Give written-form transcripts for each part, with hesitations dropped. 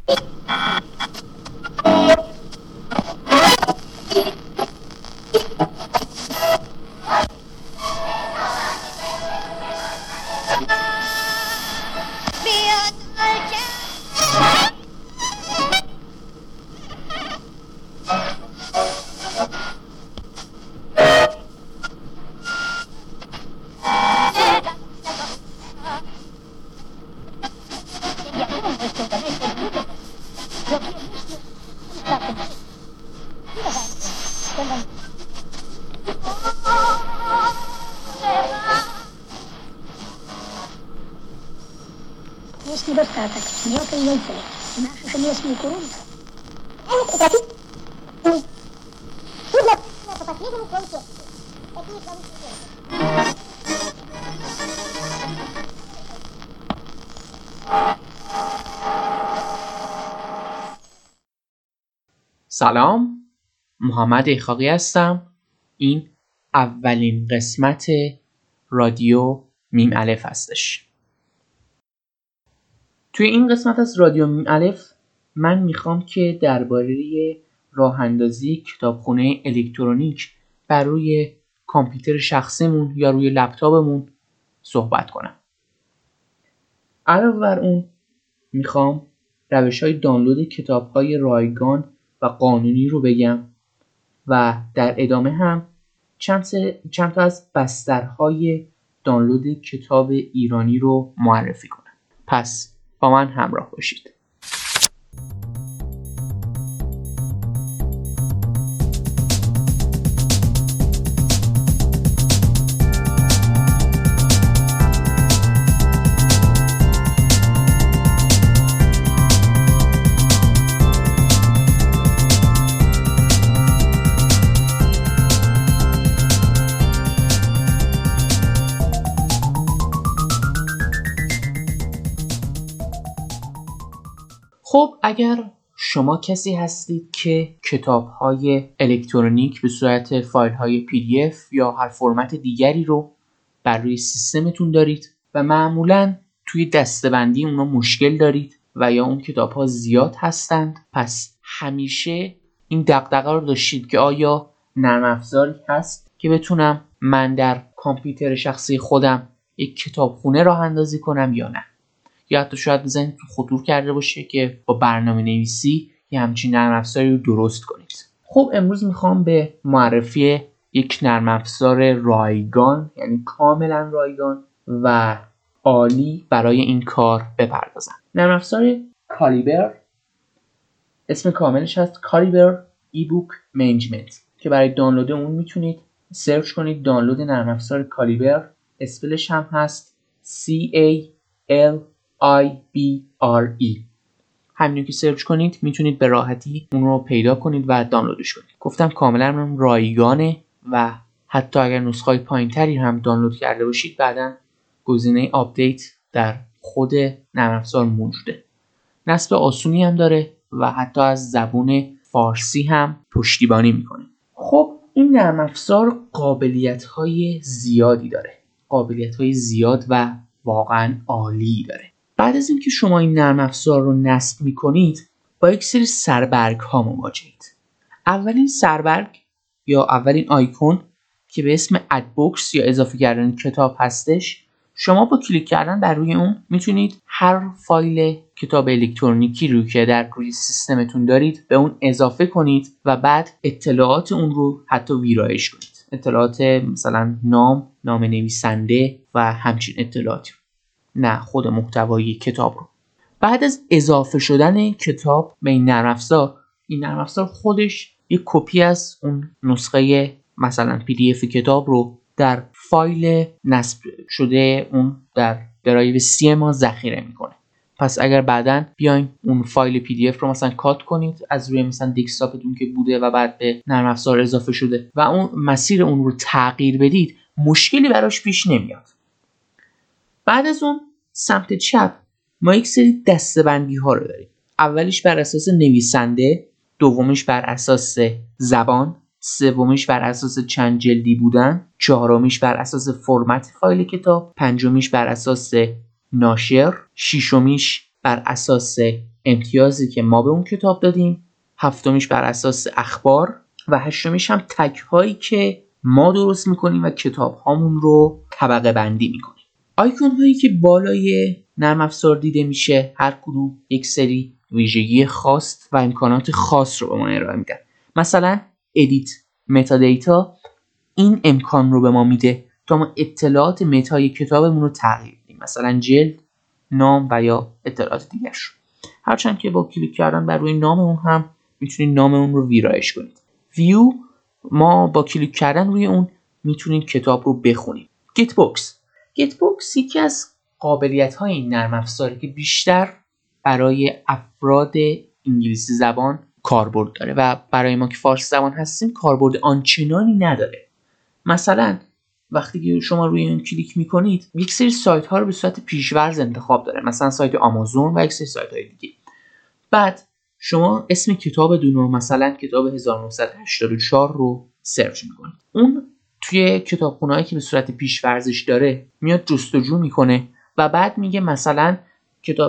Есть недостаток, мелкое яйцо. Наши местные курунцы. По последнему концу. Такие концы. سلام، محمد ایخاقی هستم. این اولین قسمت رادیو میم الف هستش. توی این قسمت از رادیو میم الف من میخوام که درباره راه اندازی کتابخونه الکترونیک بر روی کامپیوتر شخصیمون یا روی لپتاپمون صحبت کنم. علاوه بر اون میخوام روش‌های دانلود کتاب‌های رایگان و قانونی رو بگم و در ادامه هم چند تا از بسترهای دانلود کتاب ایرانی رو معرفی کنم. پس با من همراه باشید. خب اگر شما کسی هستید که کتاب‌های الکترونیک به صورت فایل‌های PDF یا هر فرمت دیگری رو بر روی سیستمتون دارید و معمولاً توی دسته‌بندی اونا مشکل دارید و یا اون کتاب‌ها زیاد هستند، پس همیشه این دغدغه رو داشتید که آیا نرم افزاری هست که بتونم من در کامپیوتر شخصی خودم یک کتابخونه راه اندازی کنم یا نه. یا حتی شاید بزنید تو خطور کرده باشه که با برنامه نویسی یه همچین نرم افزاری رو درست کنید. خب امروز میخوام به معرفی یک نرم افزار رایگان، یعنی کاملا رایگان و عالی برای این کار بپردازم. نرم افزار کالیبر، اسم کاملش هست کالیبر ایبوک منیجمنت، که برای دانلود اون میتونید سرچ کنید دانلود نرم افزار کالیبر. اسپلش هم هست CALIBRE. همینو که سرچ کنید میتونید به راحتی اون رو پیدا کنید و دانلودش کنید. گفتم کاملا رایگانه و حتی اگر نسخه‌های پایین‌تری هم دانلود کرده باشید بعداً گزینه آپدیت در خود نرم افزار موجوده. نصب آسونی هم داره و حتی از زبان فارسی هم پشتیبانی میکنه. خب این نرم افزار قابلیت‌های زیادی داره. قابلیت‌های زیاد و واقعا عالی داره. بعد از اینکه شما این نرم افزار رو نصب میکنید با یک سری سربرگ ها مواجهید. اولین سربرگ یا اولین آیکون که به اسم ادبوکس یا اضافه کردن کتاب هستش، شما با کلیک کردن بر روی اون میتونید هر فایل کتاب الکترونیکی رو که در روی سیستمتون دارید به اون اضافه کنید و بعد اطلاعات اون رو حتی ویرایش کنید. اطلاعات مثلا نام نویسنده و همچین اطلاعاتی، نه خود محتوای کتاب رو. بعد از اضافه شدن کتاب به این نرم افزار خودش یک کپی از اون نسخه مثلا PDF کتاب رو در فایل نصب شده اون در درایو سی ما ذخیره میکنه. پس اگر بعداً بیاین اون فایل PDF رو مثلا کات کنید از روی مثلا دسکتاپتون که بوده و بعد به نرم افزار اضافه شده و اون مسیر اون رو تغییر بدید، مشکلی براش پیش نمیاد. بعد از اون سمت چپ ما یک سری دسته‌بندی ها رو داریم. اولیش بر اساس نویسنده، دومیش بر اساس زبان، سومیش بر اساس چند جلدی بودن، چهارمیش بر اساس فرمت فایل کتاب، پنجمیش بر اساس ناشر، ششمیش بر اساس امتیازی که ما به اون کتاب دادیم، هفتمیش بر اساس اخبار و هشتمیش هم تگ هایی که ما درست میکنیم و کتاب هامون رو طبقه بندی میکنیم. آیکون هایی که بالای نرم افزار دیده میشه هر کدوم یک سری ویژگی خاص و امکانات خاص رو به ما ارائه میدن. مثلا edit metadata این امکان رو به ما میده تا ما اطلاعات متای کتابمون رو تغییر بدیم، مثلا جلد، نام و یا اطلاعات دیگرش. هرچند که با کلیک کردن بر روی نام اون هم میتونید نام اون رو ویرایش کنید. ویو ما با کلیک کردن روی اون میتونیم کتاب رو بخونیم. گیتبوکس یکی از قابلیت‌های این نرم افزاره که بیشتر برای افراد انگلیسی زبان کاربرد داره و برای ما که فارسی زبان هستیم کاربرد آنچنانی نداره. مثلا وقتی که شما روی این کلیک میکنید یک سری سایت ها رو به صورت پیشورز انتخاب داره، مثلا سایت آمازون و یک سری سایت های دیگه. بعد شما اسم کتابتون رو مثلا کتاب 1984 رو سرچ میکنید، اون توی کتابخونه‌ای که به صورت پیش‌ورزش داره میاد جستجو میکنه و بعد میگه مثلا کتاب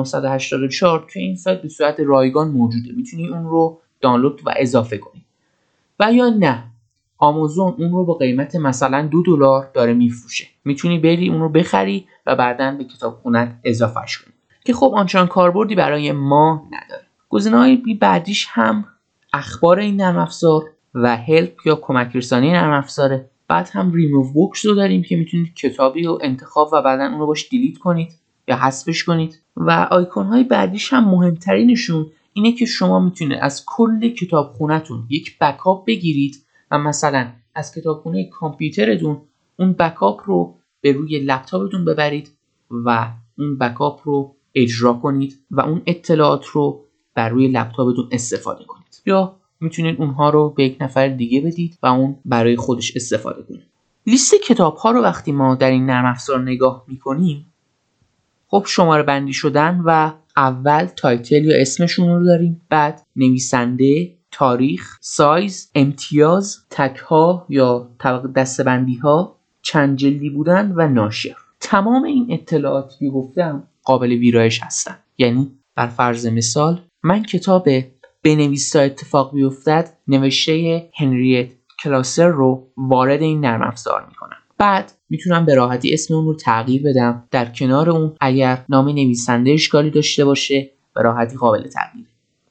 1984 توی این سایت به صورت رایگان موجوده، میتونی اون رو دانلود و اضافه کنی. و یا نه آمازون اون رو با قیمت مثلا $2 داره میفروشه، میتونی بری اون رو بخری و بعداً به کتابخونه‌ات اضافهش کنی که خب آنچنان کاربردی برای ما نداره. گزینه‌های بعدیش هم اخبار این نرم افزار و هلپ یا کمک رسانی نرم افزاره. بعد هم ریموو بوکس رو داریم که میتونید کتابی رو انتخاب و بعداً اون رو باش دیلیت کنید یا حذفش کنید. و آیکون های بعدیش هم مهمترینشون اینه که شما میتونید از کل کتابخونه‌تون یک بکاپ بگیرید و مثلا از کتابخونه کامپیوترتون اون بکاپ رو به روی لپتاپتون ببرید و اون بکاپ رو اجرا کنید و اون اطلاعات رو بر روی لپتاپتون استفاده کنید، یا میتونید اونها رو به یک نفر دیگه بدید و اون برای خودش استفاده کنه. لیست کتاب ها رو وقتی ما در این نرم افزار نگاه میکنیم، خب شماره بندی شدن و اول تایتل یا اسمشون رو داریم، بعد نویسنده، تاریخ، سایز، امتیاز، تک ها یا طبقه دسته‌بندی ها، چند جلدی بودن و ناشر. تمام این اطلاعاتی که گفتم قابل ویرایش هستن. یعنی بر فرض مثال من کتاب بنویس تا اتفاق بیفتد نوشته هنریت کلاسر رو وارد این نرم افزار میکنم. بعد میتونم به راحتی اسم اون رو تغییر بدم. در کنار اون اگر نام نویسنده اشکالی داشته باشه به راحتی قابل تغییره.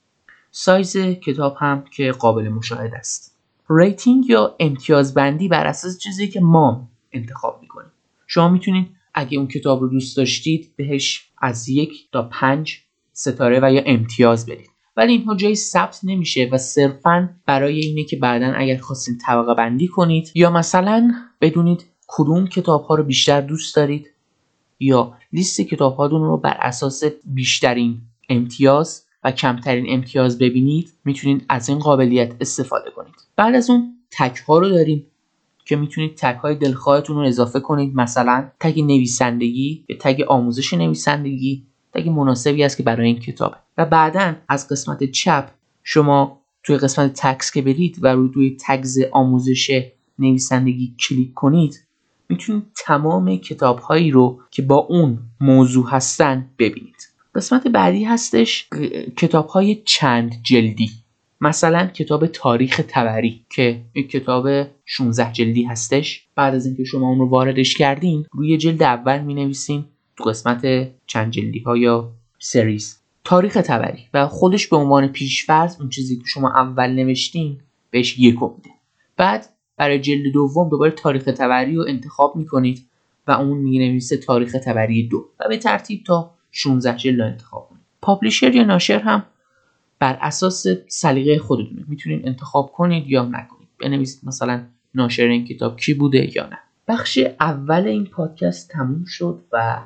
سایز کتاب هم که قابل مشاهده است. ریتینگ یا امتیاز بندی بر اساس چیزی که ما انتخاب میکنیم. شما میتونید اگه اون کتاب رو دوست داشتید بهش از 1 تا 5 ستاره و یا امتیاز بدید، ولی اینها جایی ثبت نمیشه و صرفاً برای اینه که بعداً اگر خواستین طبقه بندی کنید یا مثلا بدونید کدوم کتاب ها رو بیشتر دوست دارید یا لیست کتاب هاتون رو بر اساس بیشترین امتیاز و کمترین امتیاز ببینید، میتونید از این قابلیت استفاده کنید. بعد از اون تگ ها رو داریم که میتونید تگ های دلخواهتون رو اضافه کنید، مثلا تگ نویسندگی یا تگ آموزش نویسندگی، تگ مناسبی است که برای این کتابه. و بعداً از قسمت چپ شما توی قسمت تگز که برید و روی تگز آموزش نویسندگی کلیک کنید، میتونید تمام کتاب هایی رو که با اون موضوع هستن ببینید. قسمت بعدی هستش کتاب های چند جلدی، مثلا کتاب تاریخ طبری که یک کتاب 16 جلدی هستش. بعد از اینکه شما اون رو واردش کردین روی جلد اول می نویسین تو قسمت چند جلدی ها یا سریز تاریخ طبری و خودش به عنوان پیش‌فرض اون چیزی که شما اول نوشتین بهش 1 میده. بعد برای جلد دوم دوباره تاریخ طبری رو انتخاب میکنید و اون می‌نویسه تاریخ طبری 2 و به ترتیب تا 16 جلد رو انتخاب کنید. پابلیشر یا ناشر هم بر اساس سلیقه خودتونه، میتونید انتخاب کنید یا نکنید. بنویسید مثلا ناشر این کتاب کی بوده یا نه. بخش اول این پادکست تموم شد و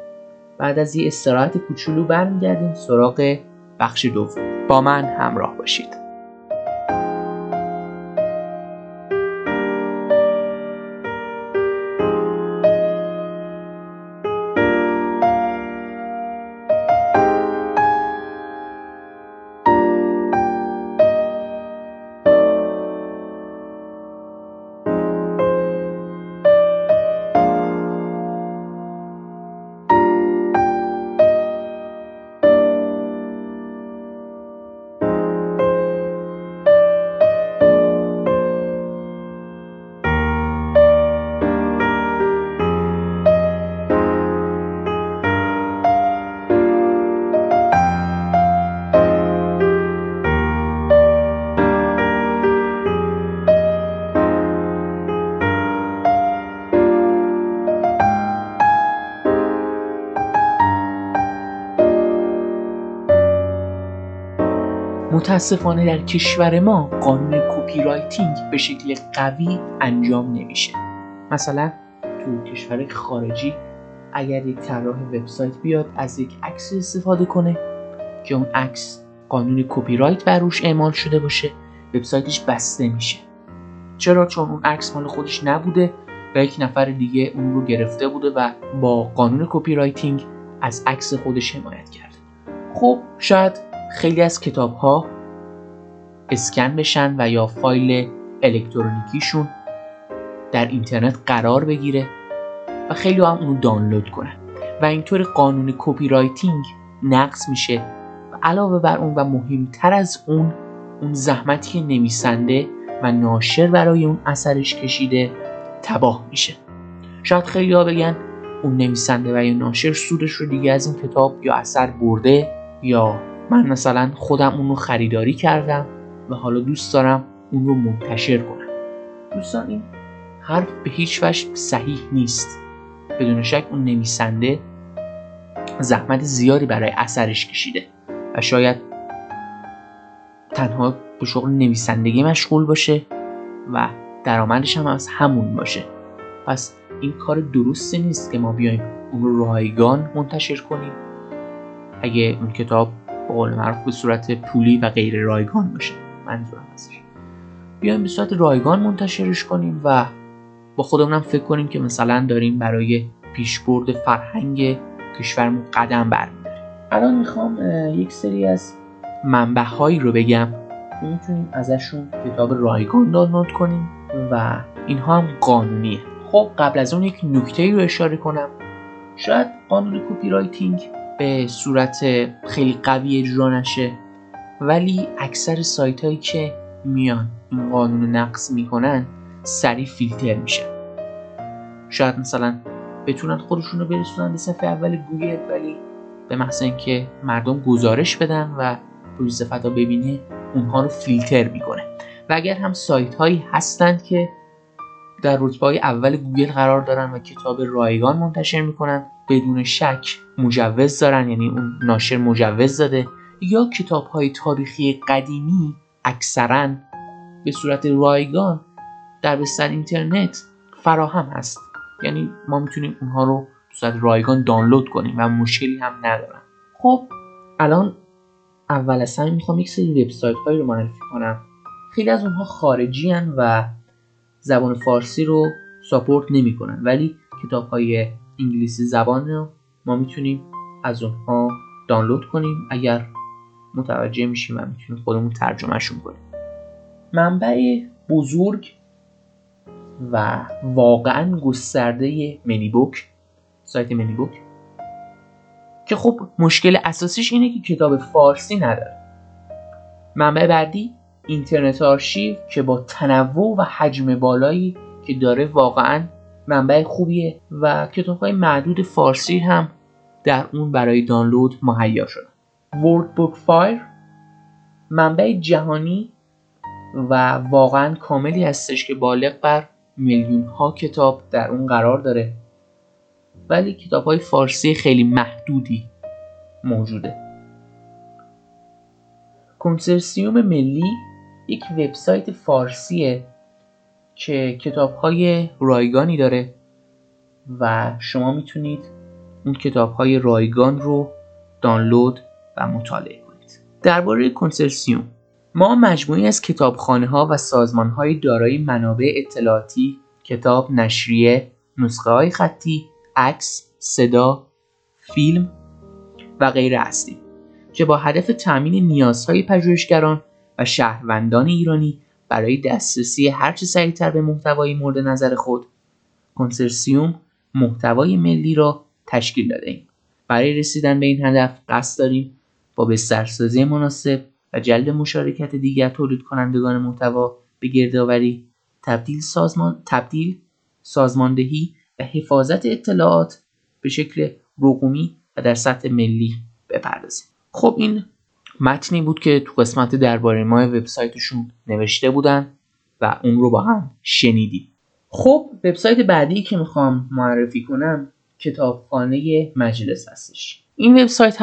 بعد از یه استراحت کوچولو برمیگردیم سراغ بخش دوم. با من همراه باشید. متاسفانه در کشور ما قانون کپی رایتینگ به شکل قوی انجام نمیشه. مثلا تو کشور خارجی اگر یک طراح وبسایت بیاد از یک عکس استفاده کنه که اون عکس قانون کپی رایت بر روش اعمال شده باشه، وبسایتش بسته میشه. چرا؟ چون اون عکس مال خودش نبوده و یک نفر دیگه اون رو گرفته بوده و با قانون کپی رایتینگ از عکس خودش حمایت کرده. خب شاید خیلی از کتاب‌ها اسکن بشن و یا فایل الکترونیکیشون در اینترنت قرار بگیره و خیلی هم اونو دانلود کنن و اینطور قانون کپی رایتینگ نقض میشه و علاوه بر اون و مهمتر از اون زحمتی که نویسنده و ناشر برای اون اثرش کشیده تباه میشه. شاید خیلی ها بگن اون نویسنده و یا ناشر سودش رو دیگه از این کتاب یا اثر برده، یا من مثلا خودم اون رو خریداری کردم و حالا دوست دارم اون رو منتشر کنم. دوستان این حرف به هیچ وجه صحیح نیست. بدون شک اون نویسنده زحمت زیادی برای اثرش کشیده و شاید تنها به شغل نویسندگی مشغول باشه و درآمدش هم از همون باشه. پس این کار درستی نیست که ما بیایم اون رو رایگان منتشر کنیم اگه اون کتاب به قول معروف به صورت پولی و غیر رایگان باشه. منظورم ازش بیایم به صورت رایگان منتشرش کنیم و با خودمونم فکر کنیم که مثلا داریم برای پیشبرد فرهنگ کشورمون قدم برمی‌داریم. الان میخوام یک سری از منبع‌هایی رو بگم که میتونیم ازشون کتاب رایگان دانلود کنیم و اینها هم قانونیه. خب قبل از اون یک نکته‌ای رو اشاره کنم. شاید قانون کپی رایتینگ به صورت خیلی قوی اجرا نشه، ولی اکثر سایت‌هایی که میان این قانون رو نقض میکنن سریع فیلتر میشن. شاید مثلا بتونن خودشون رو برسونن به صفحه اول گوگل، ولی به محض اینکه مردم گزارش بدن و روی صفحه‌ها ببینه اونها رو فیلتر میکنه. و اگر هم سایت هایی هستند که در رتبه‌های اول گوگل قرار دارن و کتاب رایگان منتشر میکنن، بدون شک مجوز دارن، یعنی اون ناشر مجوز داده، یا کتاب های تاریخی قدیمی اکثرا به صورت رایگان در بستر اینترنت فراهم هست، یعنی ما میتونیم اونها رو به صورت رایگان دانلود کنیم و مشکلی هم ندارن. خب الان اول از همه میخوام یک سری وبسایت هایی رو معرفی کنم. خیلی از اونها خارجی هن و زبان فارسی رو ساپورت نمی کنن، ولی کتاب های انگلیسی زبان رو ما میتونیم از اونها دانلود کنیم اگر متوجه میشیم و میتونیم خودمون ترجمهشون کنیم. منبع بزرگ و واقعا گسترده منیبوک، سایت منیبوک، که خب مشکل اساسیش اینه که کتاب فارسی نداره. منبع بعدی اینترنت آرشیو که با تنوع و حجم بالایی که داره واقعا منبع خوبیه و کتاب‌های معدود فارسی هم در اون برای دانلود مهیا شده. ورد بوک فایر منبع جهانی و واقعا کاملی هستش که بالغ بر میلیون ها کتاب در اون قرار داره، ولی کتاب‌های فارسی خیلی محدودی موجوده. کنسرسیوم ملی یک وبسایت فارسیه که کتاب‌های رایگانی داره و شما میتونید اون کتاب‌های رایگان رو دانلود و مطالعه کنید. درباره کنسرسیوم، ما مجموعی از کتابخانه‌ها و سازمان‌های دارای منابع اطلاعاتی، کتاب، نشریه، نسخه‌های خطی، عکس، صدا، فیلم و غیره هستیم که با هدف تامین نیازهای پژوهشگران و شهروندان ایرانی برای دسترسی هرچه سریعتر به محتوای مورد نظر خود، کنسرسیوم محتوای ملی را تشکیل داده‌ایم. برای رسیدن به این هدف قصد داریم با بسترسازی مناسب و جلب مشارکت دیگر تولید کنندگان محتوا به گردآوری، تبدیل، سازماندهی و حفاظت اطلاعات به شکل رقمی و در سطح ملی بپردازیم. خب این متنی بود که تو قسمت درباره ما وبسایتشون نوشته بودن و اون رو با هم شنیدیم. خب وبسایت بعدی که میخوام معرفی کنم کتابخانه مجلس هستش. این وبسایت هم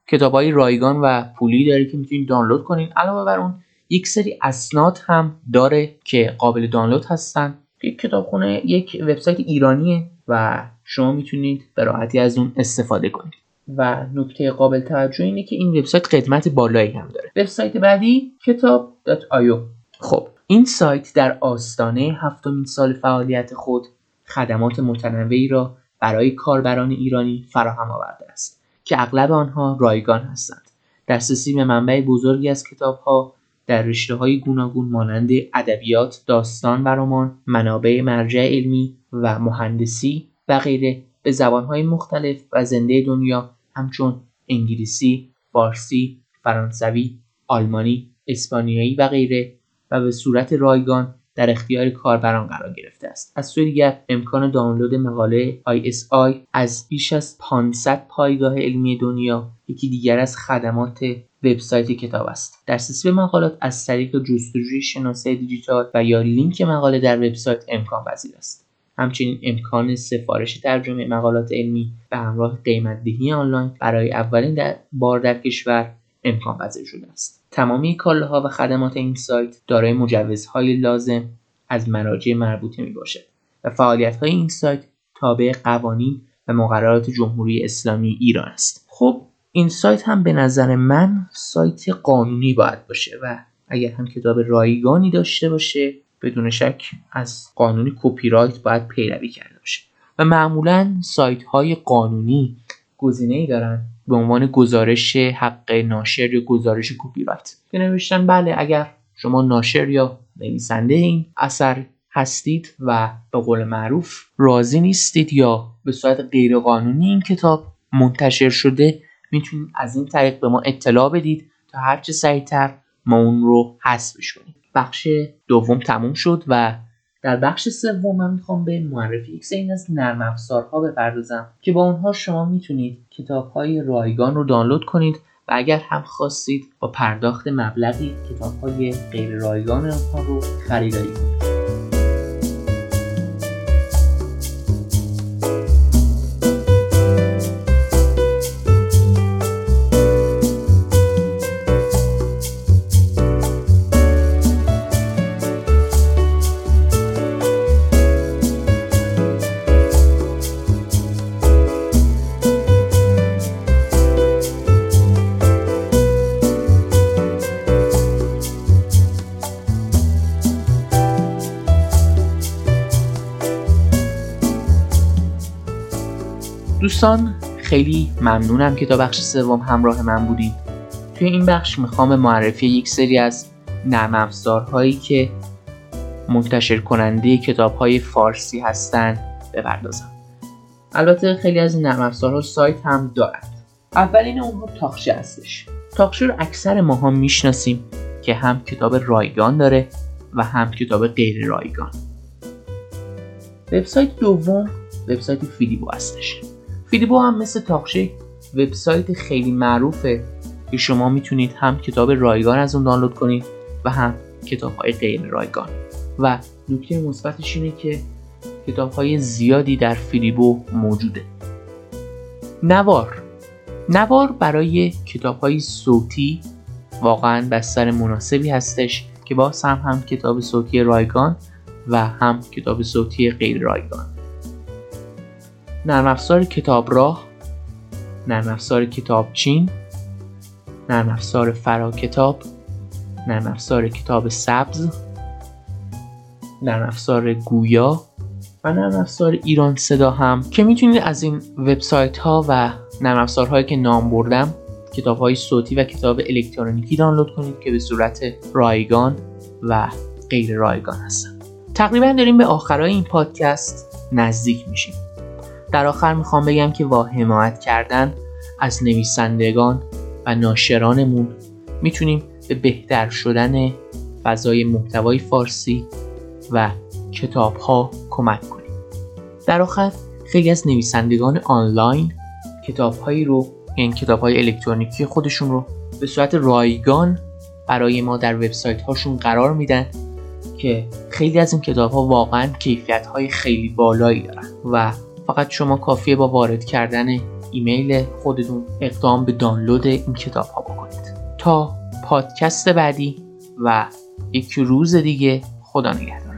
کتاب‌های رایگان و پولی داره که میتونید دانلود کنید. علاوه بر اون یک سری اسناد هم داره که قابل دانلود هستن. یک کتابخونه، یک وبسایت ایرانیه و شما میتونید به راحتی از اون استفاده کنید. و نکته قابل توجه اینه که این وبسایت قدمت بالایی هم داره. وبسایت بعدی kitab.io. خب این سایت در آستانه 7مین سال فعالیت خود خدمات متنوعی را برای کاربران ایرانی فراهم آورده است که اغلب آنها رایگان هستند. دسترسی به منبع بزرگی از کتاب‌ها در رشته‌های گوناگون مانند ادبیات، داستان و رمان، منابع مرجع علمی و مهندسی و غیره به زبان‌های مختلف و زنده دنیا همچون انگلیسی، فارسی، فرانسوی، آلمانی، اسپانیایی و غیره و به صورت رایگان در اختیار کاربران قرار گرفته است. از سوی دیگر امکان دانلود مقاله ISI از بیش از 500 پایگاه علمی دنیا یکی دیگر از خدمات وبسایت کتاب است. دسترسی به مقالات از طریق جستجوی شناسه دیجیتال و یا لینک مقاله در وبسایت امکان پذیر است. همچنین امکان سفارش ترجمه مقالات علمی به همراه قیمت‌دهی آنلاین برای اولین بار در کشور امکان پذیر شده است. تمامی کالاها و خدمات این سایت دارای مجوزهای لازم از مراجع مربوطه میباشد و فعالیت‌های این سایت تابع قوانین و مقررات جمهوری اسلامی ایران است. خب این سایت هم به نظر من سایت قانونی باید باشه و اگر هم کتاب رایگانی داشته باشه بدون شک از قانون کپی رایت باید پیروی کرده باشه و معمولاً سایت‌های قانونی گزینه‌ای دارن به عنوان گزارش حق ناشر یا گزارش کپی رایت که نوشتن بله اگر شما ناشر یا نویسنده این اثر هستید و به قول معروف راضی نیستید یا به صورت غیر قانونی این کتاب منتشر شده میتونید از این طریق به ما اطلاع بدید تا هرچه سریعتر ما اون رو حذفش کنیم. بخش دوم تموم شد و در بخش سوم من میخوام به معرفی یک سری از نرم افزارها بپردازم که با اونها شما میتونید کتاب‌های رایگان رو دانلود کنید و اگر هم خواستید با پرداخت مبلغی کتاب‌های غیر رایگان آنها رو خریداری کنید. دوستان خیلی ممنونم که تا بخش سوم همراه من بودید. توی این بخش میخوام به معرفی یک سری از نرم افزارهایی که منتشر کننده کتاب‌های فارسی هستن بپردازم. البته خیلی از این نرم افزارها سایت هم دارند. اولین اونها تاقچه هستش. تاقچه رو اکثر ماها میشناسیم که هم کتاب رایگان داره و هم کتاب غیر رایگان. وبسایت دوم وبسایت فیلیبو هستش. فیلیبو هم مثل تاقچه وبسایت خیلی معروفه که شما میتونید هم کتاب رایگان از اون دانلود کنید و هم کتاب‌های غیر رایگان و نکته مثبتش اینه که کتاب‌های زیادی در فیلیبو موجوده. نوار برای کتاب‌های صوتی واقعاً بستر مناسبی هستش که باز هم کتاب صوتی رایگان و هم کتاب صوتی غیر رایگان. نرم افزار کتابراه، نرم افزار کتابچین، نرم افزار فراکتاب، نرم افزار کتاب سبز، نرم افزار گویا و نرم افزار ایران صدا هم که میتونید از این وبسایت ها و نرم افزارهایی که نام بردم کتاب‌های صوتی و کتاب الکترونیکی دانلود کنید که به صورت رایگان و غیر رایگان هستن. تقریبا داریم به آخرای این پادکست نزدیک میشیم. در آخر میخوام بگم که با حمایت کردن از نویسندگان و ناشرانمون میتونیم به بهتر شدن فضای محتوای فارسی و کتاب‌ها کمک کنیم. در آخر خیلی از نویسندگان آنلاین کتاب‌هایی رو، یعنی کتاب‌های الکترونیکی خودشون رو به صورت رایگان برای ما در وبسایت‌هاشون قرار میدن که خیلی از این کتاب‌ها واقعاً کیفیت‌های خیلی بالایی دارن و فقط شما کافیه با وارد کردن ایمیل خودتون اقدام به دانلود این کتاب ها بکنید. تا پادکست بعدی و یک روز دیگه، خدا نگهدار.